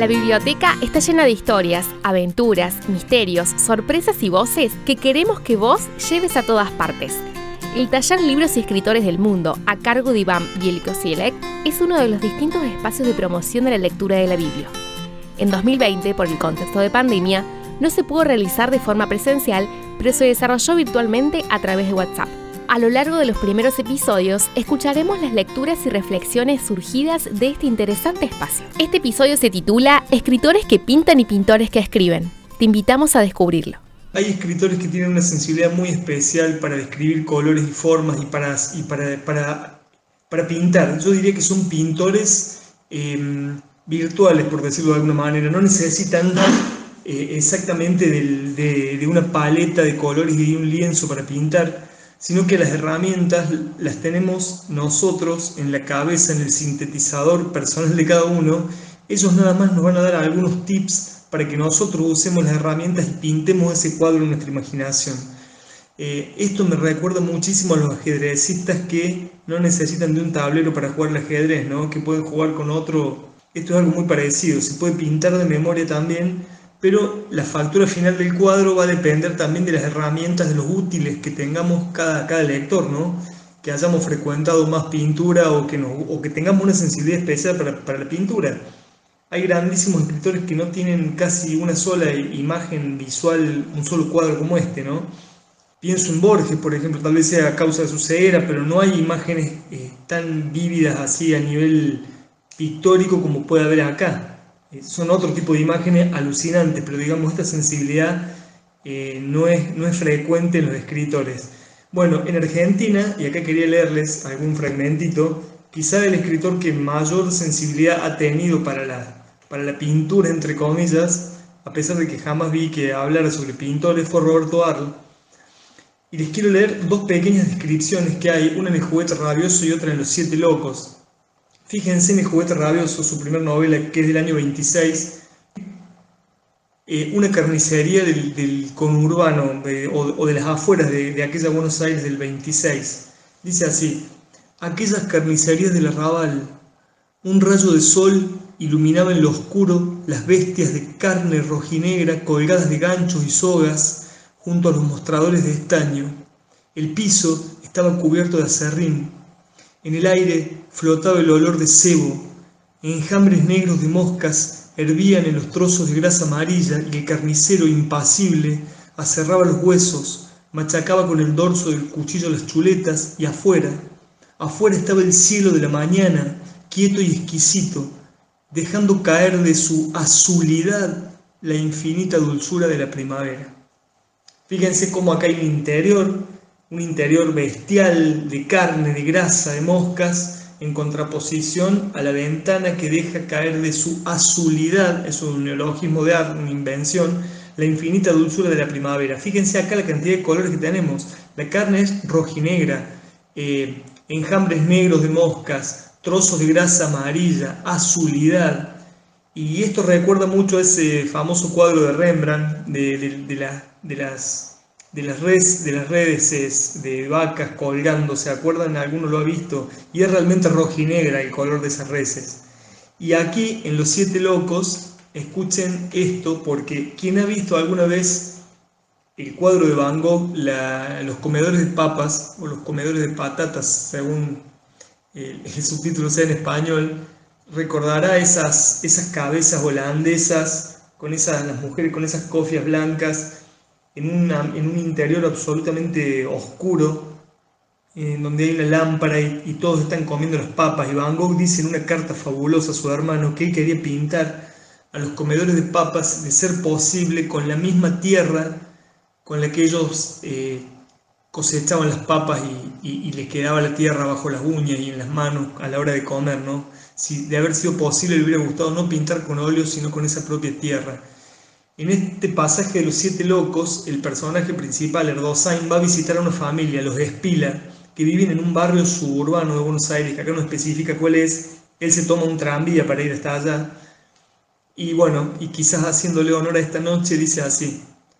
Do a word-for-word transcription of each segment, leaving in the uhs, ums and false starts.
La biblioteca está llena de historias, aventuras, misterios, sorpresas y voces que queremos que vos lleves a todas partes. El taller Libros y Escritores del Mundo, a cargo de Iván Bielkosielek, es uno de los distintos espacios de promoción de la lectura de la Biblia. En dos mil veinte, por el contexto de pandemia, no se pudo realizar de forma presencial, pero se desarrolló virtualmente a través de WhatsApp. A lo largo de los primeros episodios, escucharemos las lecturas y reflexiones surgidas de este interesante espacio. Este episodio se titula Escritores que pintan y pintores que escriben. Te invitamos a descubrirlo. Hay escritores que tienen una sensibilidad muy especial para describir colores y formas y para, y para, para, para pintar. Yo diría que son pintores eh, virtuales, por decirlo de alguna manera. No necesitan eh, exactamente del, de, de una paleta de colores y de un lienzo para pintar, sino que las herramientas las tenemos nosotros en la cabeza, en el sintetizador personal de cada uno. Ellos nada más nos van a dar algunos tips para que nosotros usemos las herramientas y pintemos ese cuadro en nuestra imaginación. Eh, esto me recuerda muchísimo a los ajedrecistas que no necesitan de un tablero para jugar al ajedrez, ¿no? Que pueden jugar con otro. Esto es algo muy parecido, se puede pintar de memoria también, pero la factura final del cuadro va a depender también de las herramientas, de los útiles que tengamos cada, cada lector, ¿no? Que hayamos frecuentado más pintura o que, nos, o que tengamos una sensibilidad especial para, para la pintura. Hay grandísimos escritores que no tienen casi una sola imagen visual, un solo cuadro como este, ¿no? Pienso en Borges, por ejemplo, tal vez sea a causa de su ceguera, pero no hay imágenes eh, tan vívidas así a nivel pictórico como puede haber acá. Son otro tipo de imágenes alucinantes, pero digamos esta sensibilidad eh, no, es, no es frecuente en los escritores. Bueno, en Argentina, y acá quería leerles algún fragmentito, quizá el escritor que mayor sensibilidad ha tenido para la, para la pintura, entre comillas, a pesar de que jamás vi que hablara sobre pintores, fue Roberto Arlt. Y les quiero leer dos pequeñas descripciones que hay, una en El juguete rabioso y otra en Los siete locos. Fíjense en El juguete rabioso, su primera novela, que es del año veintiséis, eh, una carnicería del, del conurbano de, o, o de las afueras de, de aquella Buenos Aires del veintiséis. Dice así: aquellas carnicerías del arrabal, un rayo de sol iluminaba en lo oscuro las bestias de carne rojinegra colgadas de ganchos y sogas junto a los mostradores de estaño. El piso estaba cubierto de aserrín. En el aire flotaba el olor de cebo, enjambres negros de moscas hervían en los trozos de grasa amarilla y el carnicero, impasible, aserraba los huesos, machacaba con el dorso del cuchillo las chuletas y afuera, afuera estaba el cielo de la mañana, quieto y exquisito, dejando caer de su azulidad la infinita dulzura de la primavera. Fíjense cómo acá hay un interior, un interior bestial de carne, de grasa, de moscas, en contraposición a la ventana que deja caer de su azulidad, es un neologismo de arte, una invención, la infinita dulzura de la primavera. Fíjense acá la cantidad de colores que tenemos. La carne es rojinegra, eh, enjambres negros de moscas, trozos de grasa amarilla, azulidad. Y esto recuerda mucho a ese famoso cuadro de Rembrandt de, de, de, la, de las... de las redes, de las redes de vacas colgando, ¿se acuerdan? Alguno lo ha visto, y es realmente rojinegra el color de esas reses. Y aquí, en Los siete locos, escuchen esto, porque quien ha visto alguna vez el cuadro de Van Gogh, la, los comedores de papas, o los comedores de patatas, según el, el subtítulo sea en español, recordará esas, esas cabezas holandesas, con esas, las mujeres con esas cofias blancas, En, una, en un interior absolutamente oscuro, en donde hay una lámpara y, y todos están comiendo las papas. Y Van Gogh dice en una carta fabulosa a su hermano que él quería pintar a los comedores de papas, de ser posible, con la misma tierra con la que ellos eh, cosechaban las papas y, y, y les quedaba la tierra bajo las uñas y en las manos a la hora de comer, ¿no? Si de haber sido posible le hubiera gustado no pintar con óleo, sino con esa propia tierra. En este pasaje de Los siete locos, el personaje principal, Erdosain, va a visitar a una familia, los Espila, que viven en un barrio suburbano de Buenos Aires, que acá no especifica cuál es. Él se toma un tranvía para ir hasta allá. Y bueno, y quizás haciéndole honor a esta noche, dice así: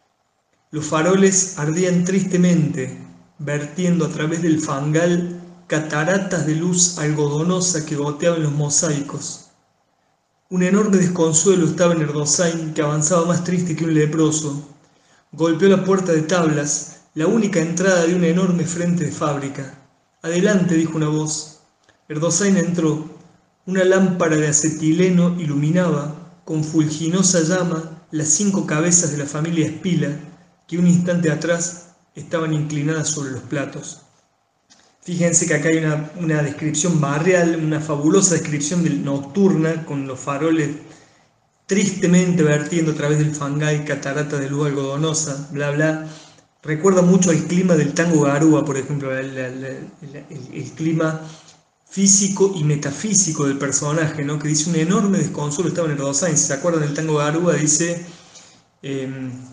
los faroles ardían tristemente, vertiendo a través del fangal cataratas de luz algodonosa que goteaban los mosaicos. Un enorme desconsuelo estaba en Erdosain, que avanzaba más triste que un leproso. Golpeó la puerta de tablas, la única entrada de un enorme frente de fábrica. «Adelante», dijo una voz. Erdosain entró. Una lámpara de acetileno iluminaba, con fulginosa llama, las cinco cabezas de la familia Spila, que un instante atrás estaban inclinadas sobre los platos. Fíjense que acá hay una, una descripción barrial, una fabulosa descripción del, nocturna, con los faroles tristemente vertiendo a través del fangal, catarata de luz algodonosa, bla bla. Recuerda mucho al clima del tango Garúa, por ejemplo, el, el, el, el, el clima físico y metafísico del personaje, ¿no? Que dice un enorme desconsuelo estaba en Erdosain. Si se acuerdan del tango Garúa, dice... Eh,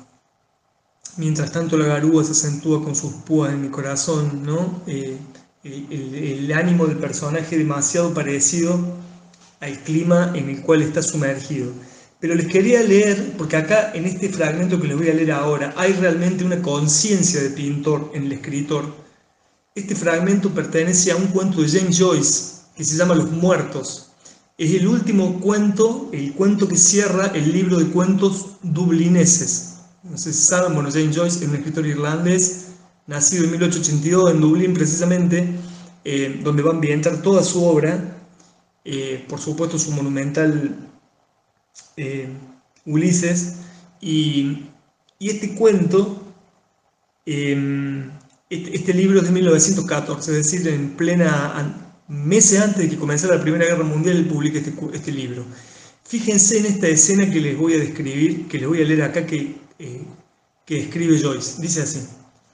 mientras tanto la garúa se acentúa con sus púas en mi corazón, ¿no? Eh, el, el, el ánimo del personaje demasiado parecido al clima en el cual está sumergido. Pero les quería leer, porque acá en este fragmento que les voy a leer ahora, hay realmente una conciencia de pintor en el escritor. Este fragmento pertenece a un cuento de James Joyce, que se llama Los Muertos. Es el último cuento, el cuento que cierra el libro de cuentos dublineses. No sé si saben, bueno, James Joyce es un escritor irlandés, nacido en mil ochocientos ochenta y dos en Dublín precisamente, eh, donde va a ambientar toda su obra, eh, por supuesto su monumental eh, Ulises, y, y este cuento, eh, este, este libro es de mil novecientos catorce, es decir, en plena, meses antes de que comenzara la Primera Guerra Mundial, él publica este, este libro. Fíjense en esta escena que les voy a describir, que les voy a leer acá, que Eh, que escribe Joyce. Dice así: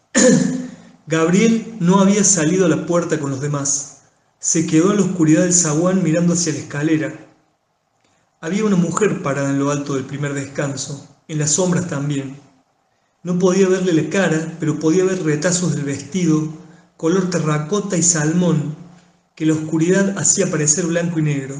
Gabriel no había salido a la puerta con los demás. Se quedó en la oscuridad del zaguán mirando hacia la escalera. Había una mujer parada en lo alto del primer descanso, en las sombras también. No podía verle la cara, pero podía ver retazos del vestido, color terracota y salmón, que la oscuridad hacía parecer blanco y negro.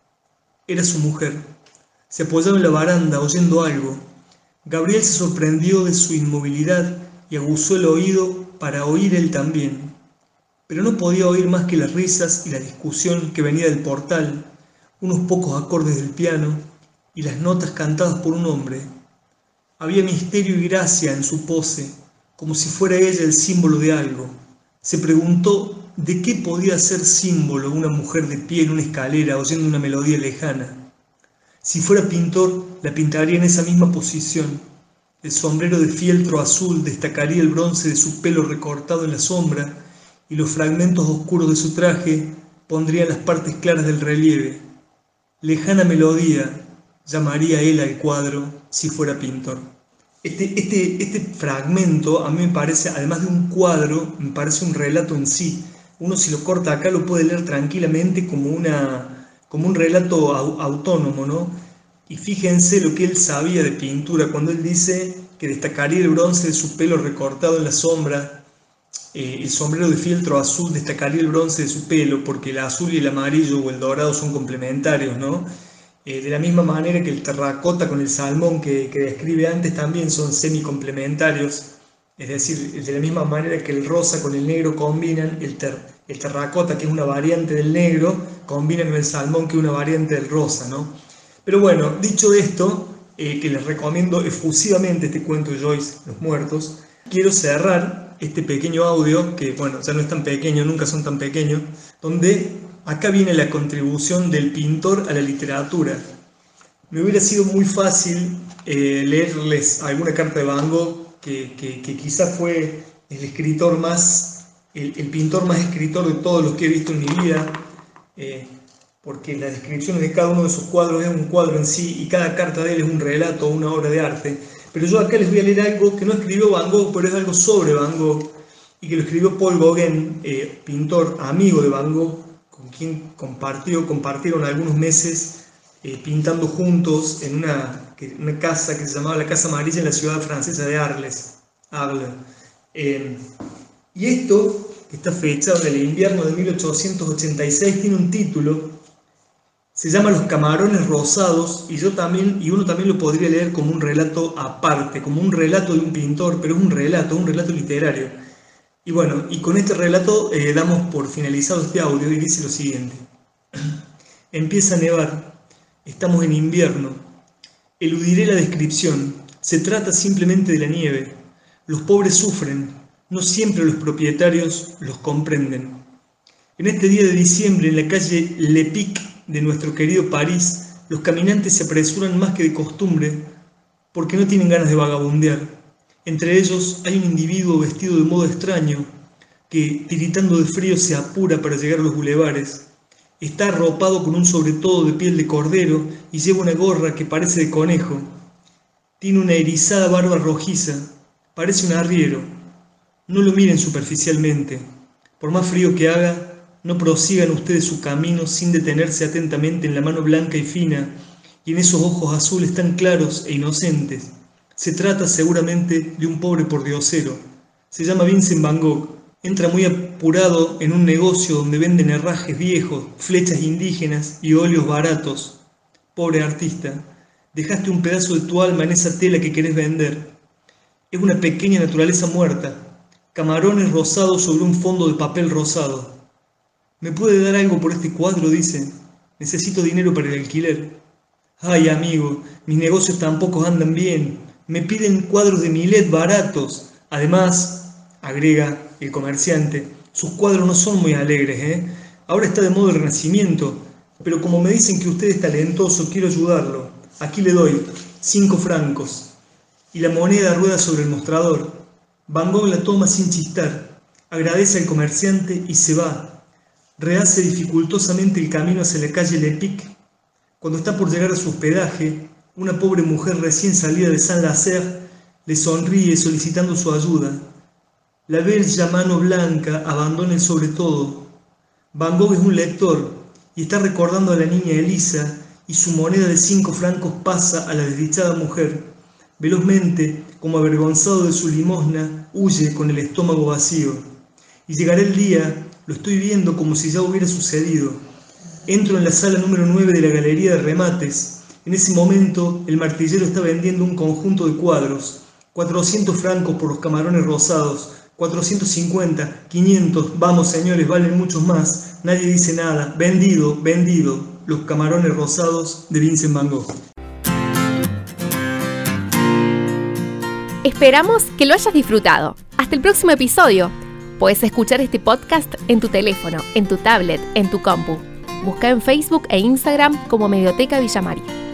Era su mujer. Se apoyaba en la baranda oyendo algo. Gabriel se sorprendió de su inmovilidad y aguzó el oído para oír él también. Pero no podía oír más que las risas y la discusión que venía del portal, unos pocos acordes del piano y las notas cantadas por un hombre. Había misterio y gracia en su pose, como si fuera ella el símbolo de algo. Se preguntó de qué podía ser símbolo una mujer de pie en una escalera oyendo una melodía lejana. Si fuera pintor, la pintaría en esa misma posición. El sombrero de fieltro azul destacaría el bronce de su pelo recortado en la sombra, y los fragmentos oscuros de su traje pondrían las partes claras del relieve. Lejana melodía, llamaría él al cuadro si fuera pintor. Este, este, este fragmento a mí me parece, además de un cuadro, me parece un relato en sí. Uno, si lo corta acá, lo puede leer tranquilamente como una... como un relato autónomo, ¿no? Y fíjense lo que él sabía de pintura, cuando él dice que destacaría el bronce de su pelo recortado en la sombra, eh, el sombrero de fieltro azul destacaría el bronce de su pelo, porque el azul y el amarillo o el dorado son complementarios, ¿no? Eh, de la misma manera que el terracota con el salmón que, que describe antes también son semi-complementarios, es decir, de la misma manera que el rosa con el negro combinan, el, ter, el terracota, que es una variante del negro, combina con el salmón, que es una variante del rosa, ¿no? Pero bueno, dicho esto, eh, que les recomiendo efusivamente este cuento de Joyce, Los Muertos, quiero cerrar este pequeño audio, que bueno, ya no es tan pequeño, nunca son tan pequeños, donde acá viene la contribución del pintor a la literatura. Me hubiera sido muy fácil eh, leerles alguna carta de Van Gogh, que, que, que quizás fue el escritor más, el, el pintor más escritor de todos los que he visto en mi vida, eh, porque las descripciones de cada uno de sus cuadros es un cuadro en sí, y cada carta de él es un relato o una obra de arte. Pero yo acá les voy a leer algo que no escribió Van Gogh, pero es algo sobre Van Gogh, y que lo escribió Paul Gauguin, eh, pintor amigo de Van Gogh, con quien compartió, compartieron algunos meses eh, pintando juntos en una, una casa que se llamaba la Casa Amarilla en la ciudad francesa de Arles. Arles. Eh, y esto, que está fechado en el invierno de mil ochocientos ochenta y seis, tiene un título. Se llama Los Camarones Rosados, y, yo también, y uno también lo podría leer como un relato aparte, como un relato de un pintor, pero es un relato, un relato literario. Y bueno, y con este relato eh, damos por finalizado este audio, y dice lo siguiente. Empieza a nevar. Estamos en invierno. Eludiré la descripción. Se trata simplemente de la nieve. Los pobres sufren. No siempre los propietarios los comprenden. En este día de diciembre, en la calle Le Pic de nuestro querido París, los caminantes se apresuran más que de costumbre porque no tienen ganas de vagabundear. Entre ellos hay un individuo vestido de modo extraño que, tiritando de frío, se apura para llegar a los bulevares. Está arropado con un sobretodo de piel de cordero y lleva una gorra que parece de conejo. Tiene una erizada barba rojiza, parece un arriero. No lo miren superficialmente. Por más frío que haga, no prosigan ustedes su camino sin detenerse atentamente en la mano blanca y fina y en esos ojos azules tan claros e inocentes. Se trata seguramente de un pobre pordiosero. Se llama Vincent Van Gogh. Entra muy apurado en un negocio donde venden herrajes viejos, flechas indígenas y óleos baratos. Pobre artista, dejaste un pedazo de tu alma en esa tela que querés vender. Es una pequeña naturaleza muerta, camarones rosados sobre un fondo de papel rosado. ¿Me puede dar algo por este cuadro?, dice. Necesito dinero para el alquiler. Ay, amigo, mis negocios tampoco andan bien. Me piden cuadros de Millet baratos. Además, agrega el comerciante, sus cuadros no son muy alegres, ¿eh? Ahora está de moda el Renacimiento, pero como me dicen que usted es talentoso, quiero ayudarlo. Aquí le doy cinco francos. Y la moneda rueda sobre el mostrador. Van Gogh la toma sin chistar, agradece al comerciante y se va. Rehace dificultosamente el camino hacia la calle Le Pic. Cuando está por llegar a su hospedaje, una pobre mujer recién salida de Saint-Lazare le sonríe solicitando su ayuda. La bella mano blanca abandona el sobretodo. Van Gogh es un lector y está recordando a la niña Elisa y su moneda de cinco francos pasa a la desdichada mujer. Velozmente, como avergonzado de su limosna, huye con el estómago vacío. Y llegará el día, lo estoy viendo como si ya hubiera sucedido. Entro en la sala número nueve de la galería de remates. En ese momento, el martillero está vendiendo un conjunto de cuadros. cuatrocientos francos por los camarones rosados. cuatrocientos cincuenta, quinientos, vamos señores, valen muchos más. Nadie dice nada. Vendido, vendido. Los camarones rosados de Vincent Van Gogh. Esperamos que lo hayas disfrutado. Hasta el próximo episodio. Puedes escuchar este podcast en tu teléfono, en tu tablet, en tu compu. Busca en Facebook e Instagram como Medioteca Villa María.